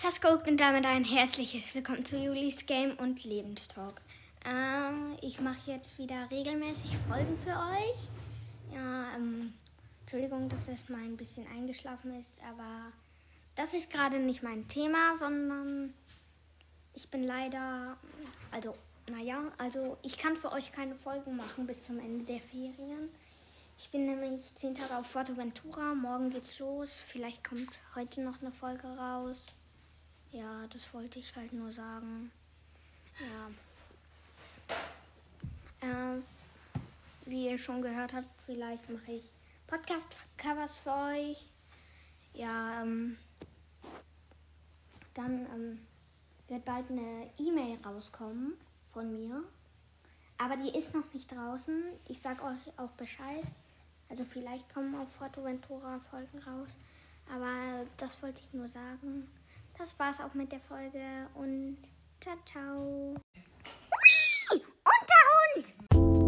Pascal und damit ein herzliches Willkommen zu Julis Game und Lebenstalk. Ich mache jetzt wieder regelmäßig Folgen für euch. Ja, Entschuldigung, dass das mal ein bisschen eingeschlafen ist, aber das ist gerade nicht mein Thema, sondern ich bin leider, ich kann für euch keine Folgen machen bis zum Ende der Ferien. Ich bin nämlich 10 Tage auf Fuerteventura, morgen geht's los, vielleicht kommt heute noch eine Folge raus. Ja, das wollte ich halt nur sagen. Ja. Wie ihr schon gehört habt, vielleicht mache ich Podcast-Covers für euch. Ja, dann wird bald eine E-Mail rauskommen von mir. Aber die ist noch nicht draußen. Ich sag euch auch Bescheid. Also vielleicht kommen auf Fuerteventura Folgen raus. Aber das wollte ich nur sagen. Das war's auch mit der Folge und ciao, ciao. Und der Hund!